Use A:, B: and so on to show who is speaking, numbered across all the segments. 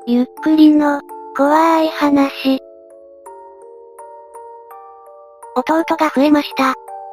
A: ゆっくりの、怖い話。弟が増えました。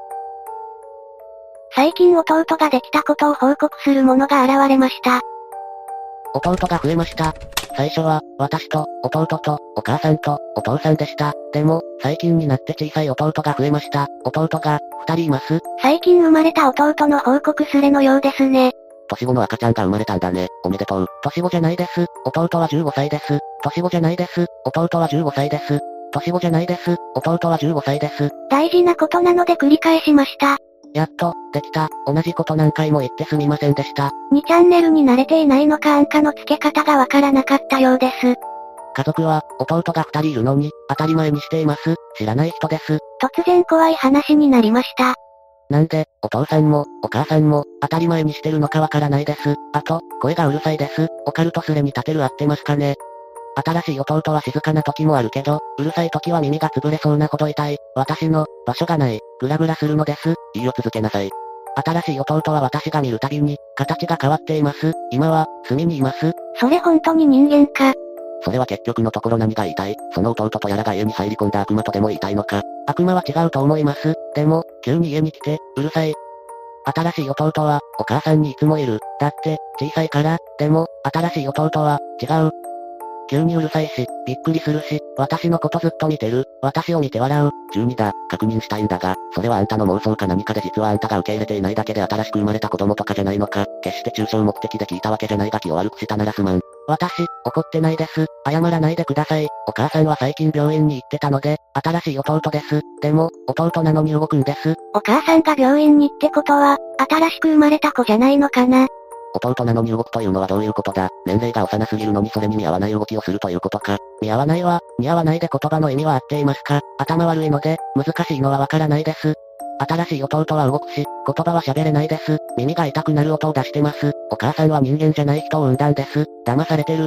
A: 最近弟ができたことを報告する者が現れました。
B: 弟が増えました。最初は、私と、弟と、お母さんと、お父さんでした。でも、最近になって小さい弟が増えました。弟が、2人います。
A: 最近生まれた弟の報告すれのようですね。
B: 年子の赤ちゃんが生まれたんだね。おめでとう。年子じゃないです。弟は15歳です。年子じゃないです。弟は15歳です。年子じゃないです。弟は15歳です。
A: 大事なことなので繰り返しました。
B: やっと、できた。同じこと何回も言ってすみませんでした。
A: 2チャンネルに慣れていないのか安価の付け方がわからなかったようです。
B: 家族は、弟が2人いるのに、当たり前にしています。知らない人です。
A: 突然怖い話になりました。
B: なんで、お父さんも、お母さんも、当たり前にしてるのかわからないです。あと、声がうるさいです。オカルトスレに立てる合ってますかね。新しい弟は静かな時もあるけど、うるさい時は耳が潰れそうなほど痛い。私の、場所がない、グラグラするのです。いいよ続けなさい。新しい弟は私が見るたびに、形が変わっています。今は、隅にいます。
A: それ本当に人間か。
B: それは結局のところ何が言いたい？その弟とやらが家に入り込んだ悪魔とでも言いたいのか？悪魔は違うと思います。でも、急に家に来て、うるさい。新しい弟は、お母さんにいつもいる。だって、小さいから。でも、新しい弟は、違う。急にうるさいし、びっくりするし、私のことずっと見てる。私を見て笑う。12だ。確認したいんだが、それはあんたの妄想か何かで実はあんたが受け入れていないだけで新しく生まれた子供とかじゃないのか。決して中傷目的で聞いたわけじゃないが気を悪くしたならすまん。私、怒ってないです。謝らないでください。お母さんは最近病院に行ってたので、新しい弟です。でも、弟なのに動くんです。
A: お母さんが病院にってことは、新しく生まれた子じゃないのかな。
B: 弟なのに動くというのはどういうことだ？年齢が幼すぎるのにそれに見合わない動きをするということか。見合わないは、似合わないで言葉の意味は合っていますか？頭悪いので、難しいのはわからないです。新しい弟は動くし、言葉は喋れないです。耳が痛くなる音を出してます。お母さんは人間じゃない人を産んだんです。騙されてる。って。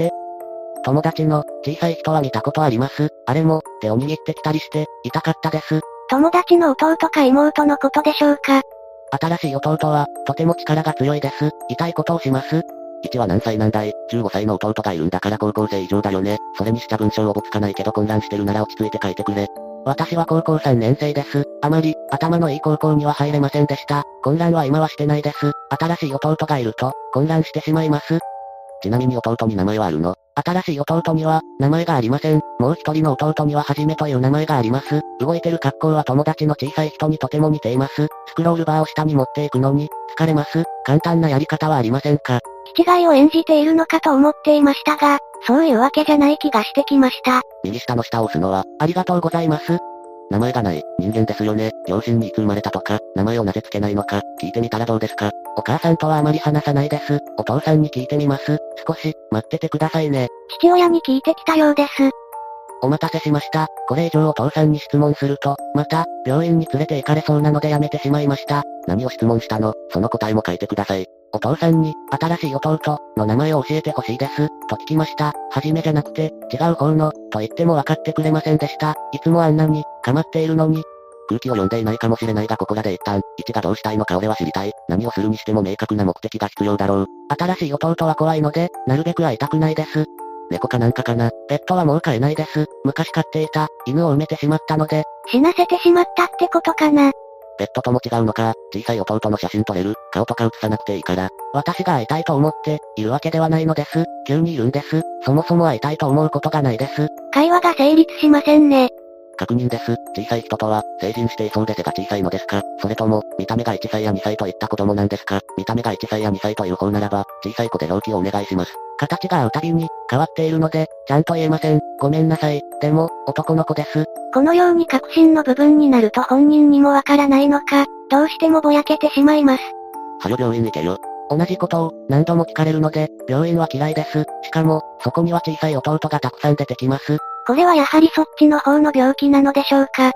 B: 友達の、小さい人は見たことあります。あれも、手を握ってきたりして、痛かったです。
A: 友達の弟か妹のことでしょうか。
B: 新しい弟は、とても力が強いです。痛いことをします。1は何歳なんだい？ 15 歳の弟がいるんだから高校生以上だよね。それにしちゃ文章おぼつかないけど混乱してるなら落ち着いて書いてくれ。私は高校3年生です。あまり、頭のいい高校には入れませんでした。混乱は今はしてないです。新しい弟がいると、混乱してしまいます。ちなみに弟に名前はあるの？新しい弟には、名前がありません。もう一人の弟にははじめという名前があります。動いてる格好は友達の小さい人にとても似ています。スクロールバーを下に持っていくのに、疲れます。簡単なやり方はありませんか？
A: 気違いを演じているのかと思っていましたが、そういうわけじゃない気がしてきました。
B: 右下の下を押すのは、ありがとうございます。名前がない、人間ですよね。両親にいつ生まれたとか、名前をなぜつけないのか、聞いてみたらどうですか？お母さんとはあまり話さないです。お父さんに聞いてみます。少し、待っててくださいね。
A: 父親に聞いてきたようです。
B: お待たせしました。これ以上お父さんに質問すると、また、病院に連れて行かれそうなのでやめてしまいました。何を質問したの？その答えも書いてください。お父さんに、新しい弟の名前を教えてほしいです。と聞きました。はじめじゃなくて、違う方の、と言っても分かってくれませんでした。いつもあんなに、構っているのに。空気を読んでいないかもしれないがここらで一旦、1がどうしたいのか俺は知りたい。何をするにしても明確な目的が必要だろう。新しい弟は怖いので、なるべく会いたくないです。猫かなんかかな。ペットはもう飼えないです。昔飼っていた、犬を埋めてしまったので。
A: 死なせてしまったってことかな。
B: ペットとも違うのか。小さい弟の写真撮れる？顔とか写さなくていいから。私が会いたいと思って、いるわけではないのです。急にいるんです。そもそも会いたいと思うことがないです。
A: 会話が成立しませんね。
B: 確認です。小さい人とは、成人していそうで背が小さいのですか？それとも、見た目が1歳や2歳といった子供なんですか？見た目が1歳や2歳という方ならば、小さい子で表記をお願いします。形が合うたびに、変わっているので、ちゃんと言えません。ごめんなさい。でも、男の子です。
A: このように確信の部分になると本人にもわからないのか、どうしてもぼやけてしまいます。
B: はよ病院行けよ。同じことを、何度も聞かれるので、病院は嫌いです。しかも、そこには小さい弟がたくさん出てきます。
A: これはやはりそっちの方の病気なのでしょうか。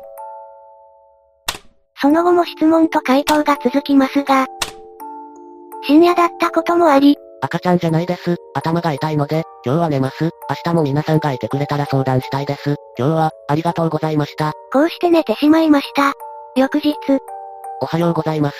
A: その後も質問と回答が続きますが、深夜だったこともあり、
B: 赤ちゃんじゃないです。頭が痛いので、今日は寝ます。明日も皆さんがいてくれたら相談したいです。今日は、ありがとうございました。
A: こうして寝てしまいました。翌日、
B: おはようございます。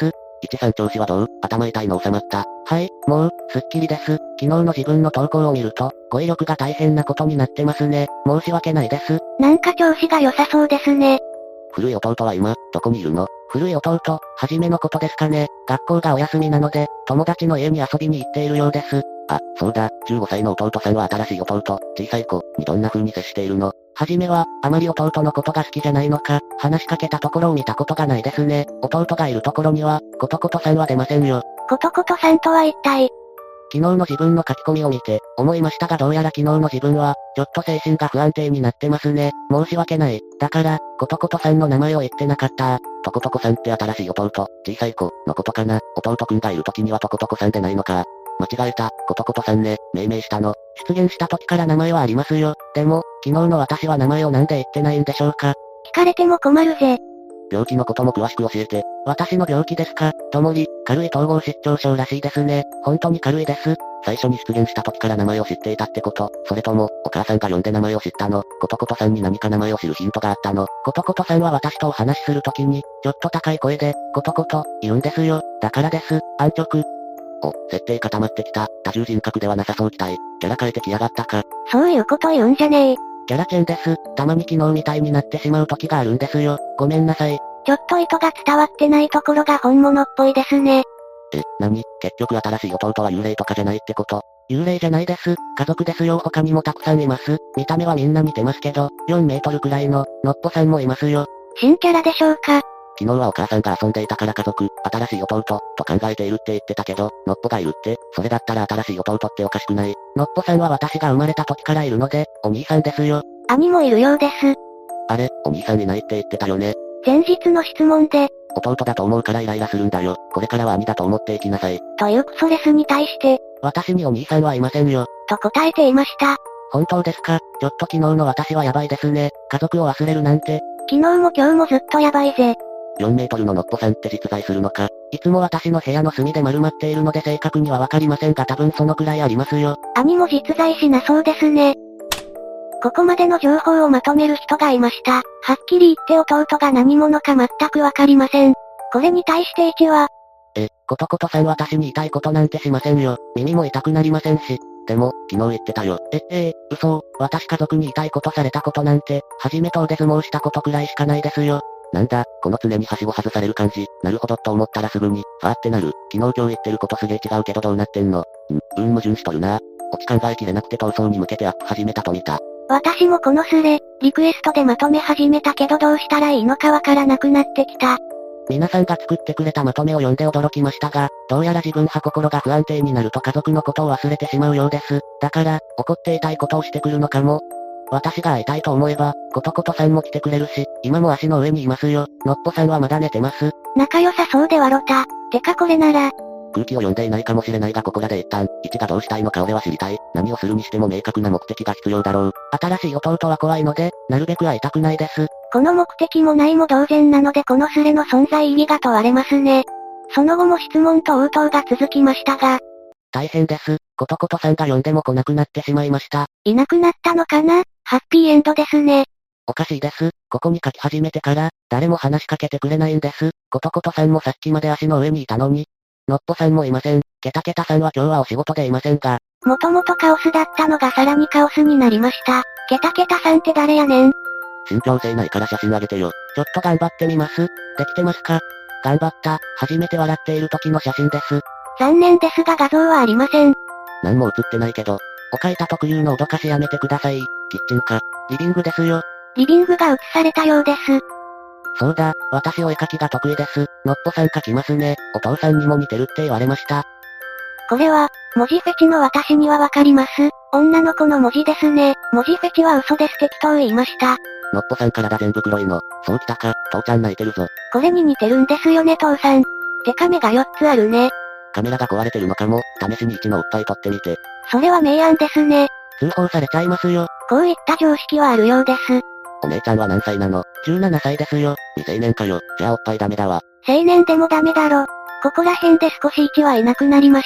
B: 一さん調子はどう？頭痛いの収まった？はい、もう、すっきりです。昨日の自分の投稿を見ると、語彙力が大変なことになってますね。申し訳ないです。
A: なんか調子が良さそうですね。
B: 古い弟は今、どこにいるの？古い弟、初めのことですかね。学校がお休みなので、友達の家に遊びに行っているようです。あ、そうだ、15歳の弟さんは新しい弟、小さい子、にどんな風に接しているの？はじめは、あまり弟のことが好きじゃないのか、話しかけたところを見たことがないですね。弟がいるところには、ことことさんは出ませんよ。
A: ことことさんとは一体。
B: 昨日の自分の書き込みを見て、思いましたがどうやら昨日の自分は、ちょっと精神が不安定になってますね。申し訳ない。だから、ことことさんの名前を言ってなかった。とことこさんって新しい弟、小さい子、のことかな。弟くんがいる時にはとことこさんでないのか。間違えた、ことことさんね、命名したの。出現した時から名前はありますよ。でも、昨日の私は名前をなんで言ってないんでしょうか。
A: 聞かれても困るぜ。
B: 病気のことも詳しく教えて。私の病気ですか？ともり、軽い統合失調症らしいですね。本当に軽いです。最初に出現した時から名前を知っていたってこと？それとも、お母さんが呼んで名前を知ったの？ことことさんに何か名前を知るヒントがあったの？ことことさんは私とお話しするときに、ちょっと高い声で、ことこと、言うんですよ。だからです、安直。お、設定固まってきた。多重人格ではなさそう期待。キャラ変えてきやがったか。
A: そういうこと言うんじゃねえ。
B: キャラチェンです。たまに昨日みたいになってしまう時があるんですよ。ごめんなさい。
A: ちょっと意図が伝わってないところが本物っぽいですね。
B: 何？結局新しい弟は幽霊とかじゃないってこと？幽霊じゃないです。家族ですよ。他にもたくさんいます。見た目はみんな似てますけど、4メートルくらいの、のっぽさんもいますよ。
A: 新キャラでしょうか？
B: 昨日はお母さんが遊んでいたから家族、新しい弟、と考えているって言ってたけど、のっぽがいるって、それだったら新しい弟っておかしくない？のっぽさんは私が生まれた時からいるので、お兄さんですよ。
A: 兄もいるようです。
B: あれ、お兄さんいないって言ってたよね。
A: 前日の質問で、
B: 弟だと思うからイライラするんだよ。これからは兄だと思っていきなさい。
A: というクソレスに対して、
B: 私にお兄さんはいませんよ。
A: と答えていました。
B: 本当ですか？ちょっと昨日の私はやばいですね。家族を忘れるなんて。
A: 昨日も今日もずっとやばいぜ。
B: 4メートルののっぽさんって実在するのか？いつも私の部屋の隅で丸まっているので正確にはわかりませんが多分そのくらいありますよ。
A: 兄も実在しなそうですね。ここまでの情報をまとめる人がいました。はっきり言って弟が何者か全くわかりません。これに対して1は、
B: ことことさん私に言いたいことなんてしませんよ。耳も痛くなりませんし。でも、昨日言ってたよ。嘘。私家族に言いたいことされたことなんて、初め遠出相撲したことくらいしかないですよ。なんだ、この常にはしご外される感じ。なるほどと思ったらすぐに、ファーってなる。昨日今日言ってることすげえ違うけどどうなってんの？矛盾しとるな。オチ考えきれなくて逃走に向けてアップ始めたと見た。
A: 私もこのスレ、リクエストでまとめ始めたけどどうしたらいいのかわからなくなってきた。
B: 皆さんが作ってくれたまとめを読んで驚きましたが、どうやら自分は心が不安定になると家族のことを忘れてしまうようです。だから、怒っていたいことをしてくるのかも。私が会いたいと思えば、ことことさんも来てくれるし、今も足の上にいますよ。のっぽさんはまだ寝てます。
A: 仲良さそうではロタ。てかこれなら、
B: 空気を読んでいないかもしれないがここらで一旦、一がどうしたいのか俺は知りたい。何をするにしても明確な目的が必要だろう。新しい弟は怖いので、なるべく会いたくないです。
A: この目的もないも同然なのでこのスレの存在意義が問われますね。その後も質問と応答が続きましたが、
B: 大変です。ことことさんが呼んでも来なくなってしまいました。
A: いなくなったのかな？ハッピーエンドですね。
B: おかしいです。ここに書き始めてから、誰も話しかけてくれないんです。ことことさんもさっきまで足の上にいたのに。のっぽさんもいません。ケタケタさんは今日はお仕事でいませんが。
A: もともとカオスだったのがさらにカオスになりました。ケタケタさんって誰やねん？
B: 信憑性ないから写真あげてよ。ちょっと頑張ってみます。できてますか？頑張った。初めて笑っている時の写真です。
A: 残念ですが画像はありません。
B: 何も写ってないけど。お書いた特有の脅かしやめてください。キッチンか。リビングですよ。
A: リビングが映されたようです。
B: そうだ、私お絵描きが得意です。のっぽさん描きますね。お父さんにも似てるって言われました。
A: これは、文字フェチの私にはわかります。女の子の文字ですね。文字フェチは嘘です適当言いました。
B: のっぽさん体全部黒いの。そうきたか、父ちゃん泣いてるぞ。
A: これに似てるんですよね父さん。てか目が4つあるね。
B: カメラが壊れてるのかも、試しに1のおっぱい撮ってみて。
A: それは明暗ですね。
B: 通報されちゃいますよ。
A: こういった常識はあるようです。
B: お姉ちゃんは何歳なの？ 17 歳ですよ。未成年かよ。じゃあおっぱいダメだわ。
A: 青年でもダメだろ。ここら辺で少し1はいなくなりました。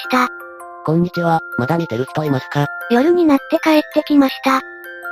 B: こんにちは、まだ見てる人いますか？
A: 夜になって帰ってきました。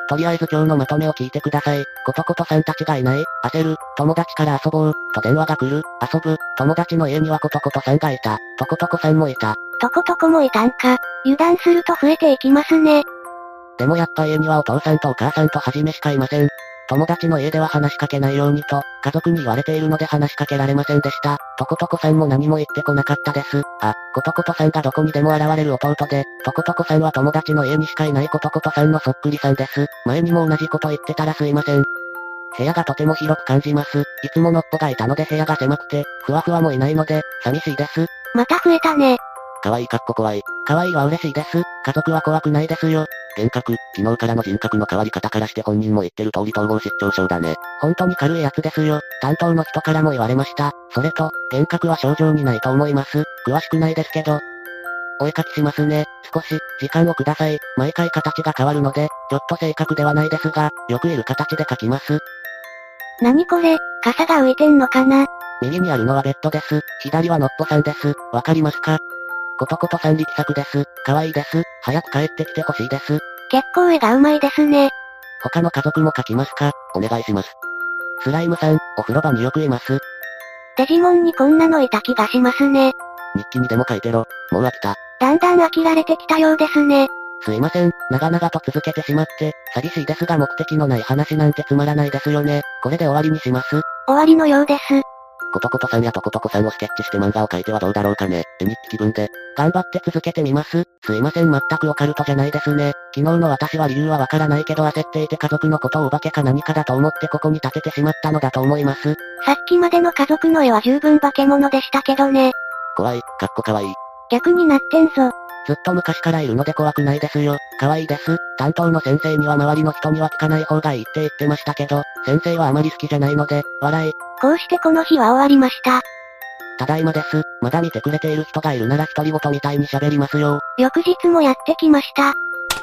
B: とりあえず今日のまとめを聞いてください。ことことさんたちがいない、焦る、友達から遊ぼう、と電話が来る、遊ぶ、友達の家にはことことさんがいた、とことこさんもいた。
A: とことこもいたんか。油断すると増えていきますね。
B: でもやっぱ家にはお父さんとお母さんとはじめしかいません。友達の家では話しかけないようにと、家族に言われているので話しかけられませんでした。とことこさんも何も言ってこなかったです。ことことさんがどこにでも現れる弟で、とことこさんは友達の家にしかいないことことさんのそっくりさんです。前にも同じこと言ってたらすいません。部屋がとても広く感じます。いつものっぽがいたので部屋が狭くて、ふわふわもいないので、寂しいです。
A: また増えたね。
B: 可愛いかっこ怖い。可愛いは嬉しいです。家族は怖くないですよ。幻覚、昨日からの人格の変わり方からして本人も言ってる通り統合失調症だね。本当に軽いやつですよ。担当の人からも言われました。それと、幻覚は症状にないと思います。詳しくないですけど。お絵描きしますね。少し、時間をください。毎回形が変わるので、ちょっと正確ではないですが、よくいる形で描きます。
A: 何これ、傘が浮いてんのかな？
B: 右にあるのはベッドです。左はのっぽさんです。わかりますか？ことことさん力作です。可愛いです。早く帰ってきてほしいです。
A: 結構絵が上手いですね。
B: 他の家族も描きますか？お願いします。スライムさん、お風呂場によくいます。
A: デジモンにこんなのいた気がしますね。
B: 日記にでも書いてろ。もう飽きた。
A: だんだん飽きられてきたようですね。
B: すいません、長々と続けてしまって、寂しいですが目的のない話なんてつまらないですよね。これで終わりにします。
A: 終わりのようです。
B: ことことさんやとことこさんをスケッチして漫画を描いてはどうだろうかね。絵日記気分で。頑張って続けてみます。すいません全くオカルトじゃないですね。昨日の私は理由はわからないけど焦っていて家族のことをお化けか何かだと思ってここに立ててしまったのだと思います。
A: さっきまでの家族の絵は十分化け物でしたけどね。
B: 怖い、かっこかわいい。
A: 逆になってんぞ。
B: ずっと昔からいるので怖くないですよ。可愛いです。担当の先生には周りの人には聞かない方がいいって言ってましたけど、先生はあまり好きじゃないので、笑い。
A: こうしてこの日は終わりました。
B: ただいまです。まだ見てくれている人がいるなら独り言みたいに喋りますよ。
A: 翌日もやってきました。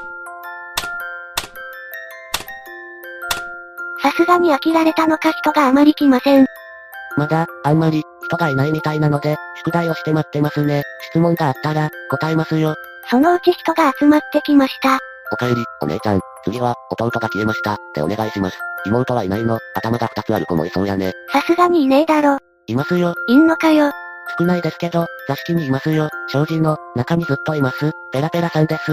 A: さすがに飽きられたのか人があまり来ません。
B: まだ、あんまり、人がいないみたいなので、宿題をして待ってますね。質問があったら、答えますよ。
A: そのうち人が集まってきました。
B: おかえり、お姉ちゃん。次は、弟が消えました。ってお願いします。妹はいないの？頭が2つある子もいそうやね。
A: さすがにいねえだろ。
B: いますよ。
A: いんのかよ。
B: 少ないですけど、座敷にいますよ。障子の、中にずっといます。ペラペラさんです。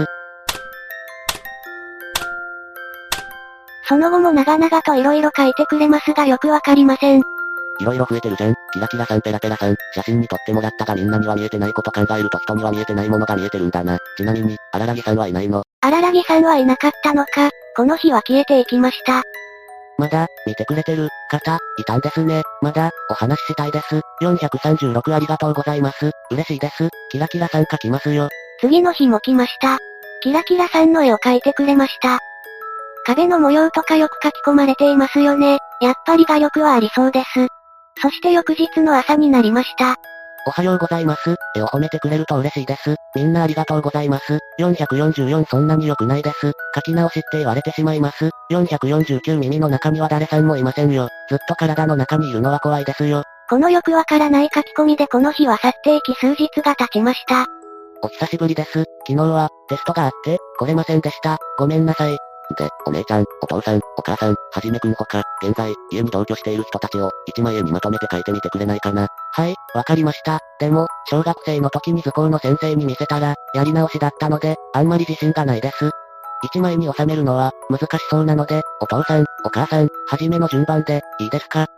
A: その後も長々と色々書いてくれますがよくわかりません。
B: 色々増えてるじゃん。キラキラさんペラペラさん。写真に撮ってもらったがみんなには見えてないこと考えると人には見えてないものが見えてるんだな。ちなみに、荒らぎさんはいないの？
A: 荒らぎさんはいなかったのか。この日は消えていきました。
B: まだ、見てくれてる方、いたんですね。まだ、お話ししたいです。436ありがとうございます。嬉しいです。キラキラさん書きますよ。
A: 次の日も来ました。キラキラさんの絵を描いてくれました。壁の模様とかよく書き込まれていますよね。やっぱり画力はありそうです。そして翌日の朝になりました。
B: おはようございます。絵を褒めてくれると嬉しいです。みんなありがとうございます。444そんなに良くないです。書き直しって言われてしまいます。449耳の中には誰さんもいませんよ。ずっと体の中にいるのは怖いですよ。
A: このよくわからない書き込みでこの日は去っていき数日が経ちました。
B: お久しぶりです。昨日は、テストがあって、来れませんでした。ごめんなさい。で、お姉ちゃん、お父さん、お母さん、はじめくんほか、現在、家に同居している人たちを、一枚絵にまとめて書いてみてくれないかな。はい、わかりました。でも、小学生の時に図工の先生に見せたら、やり直しだったので、あんまり自信がないです。一枚に収めるのは、難しそうなので、お父さん、お母さん、はじめの順番で、いいですか？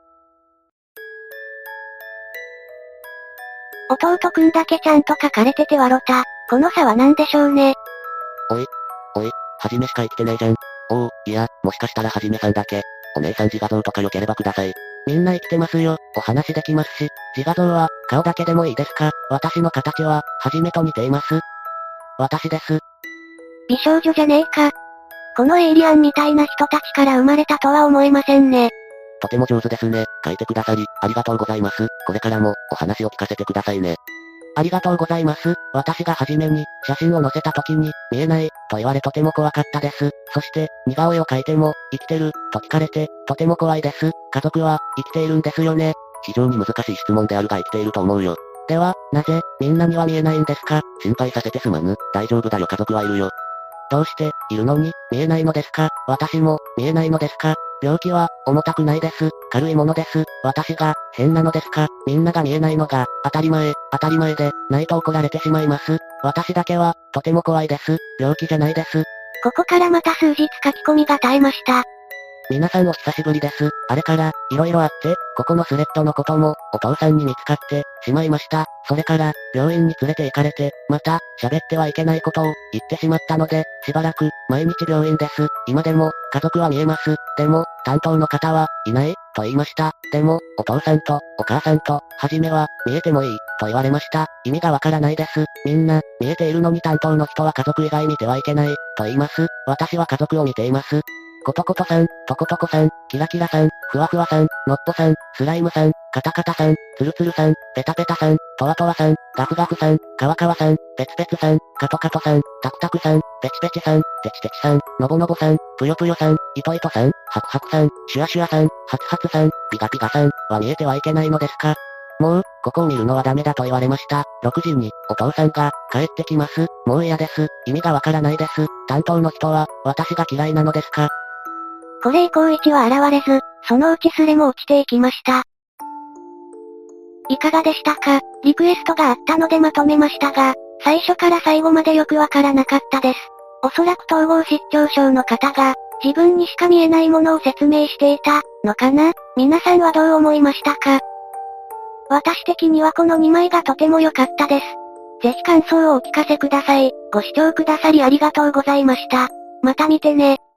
A: 弟くんだけちゃんと書かれてて笑った。この差は何でしょうね。
B: おい、はじめしか生きてねえじゃん。おお、いや、もしかしたらはじめさんだけ。お姉さん自画像とか良ければください。みんな生きてますよ。お話できますし、自画像は、顔だけでもいいですか？私の形は、はじめと似ています。私です。
A: 美少女じゃねえか。このエイリアンみたいな人たちから生まれたとは思えませんね。
B: とても上手ですね。書いてくださり、ありがとうございます。これからも、お話を聞かせてくださいね。ありがとうございます。私が初めに、写真を載せた時に、見えない、と言われとても怖かったです。そして、似顔絵を描いても、生きてる、と聞かれて、とても怖いです。家族は、生きているんですよね。非常に難しい質問であるが生きていると思うよ。では、なぜ、みんなには見えないんですか？心配させてすまぬ。大丈夫だよ家族はいるよ。 どうして、いるのに、見えないのですか？私も、見えないのですか？病気は、重たくないです。軽いものです。私が、変なのですか？みんなが見えないのが、当たり前で、ないと怒られてしまいます。私だけは、とても怖いです。病気じゃないです。
A: ここからまた数日書き込みが絶えました。
B: 皆さんお久しぶりです。あれから、色々あって、ここのスレッドのことも、お父さんに見つかって、しまいました。それから、病院に連れて行かれて、また、喋ってはいけないことを、言ってしまったので、しばらく、毎日病院です。今でも、家族は見えます。でも、担当の方は、いない、と言いました。でも、お父さんと、お母さんと、はじめは、見えてもいい、と言われました。意味がわからないです。みんな、見えているのに担当の人は家族以外見てはいけない、と言います。私は家族を見ています。コトコトさん、トコトコさん、キラキラさん、ふわふわさん、のっぽさん、スライムさん、カタカタさん、ツルツルさん、ペタペタさん、トワトワさん、ガフガフさん、カワカワさん、ペツペツさん、カトカトさん、タクタクさん、ペチペチさん、テチテチさん、ノボノボさん、ぷよぷよさん、イトイトさん、ハクハクさん、シュアシュアさん、ハツハツさん、ピガピガさん、は見えてはいけないのですか？もう、ここを見るのはダメだと言われました。6時に、お父さんが、帰ってきます。もう嫌です。意味がわからないです。担当の人は、私が嫌いなのですか？
A: これ以降1は現れず、そのうちすれも落ちていきました。いかがでしたか？リクエストがあったのでまとめましたが、最初から最後までよくわからなかったです。おそらく統合失調症の方が、自分にしか見えないものを説明していた、のかな？皆さんはどう思いましたか？私的にはこの2枚がとても良かったです。ぜひ感想をお聞かせください。ご視聴くださりありがとうございました。また見てね。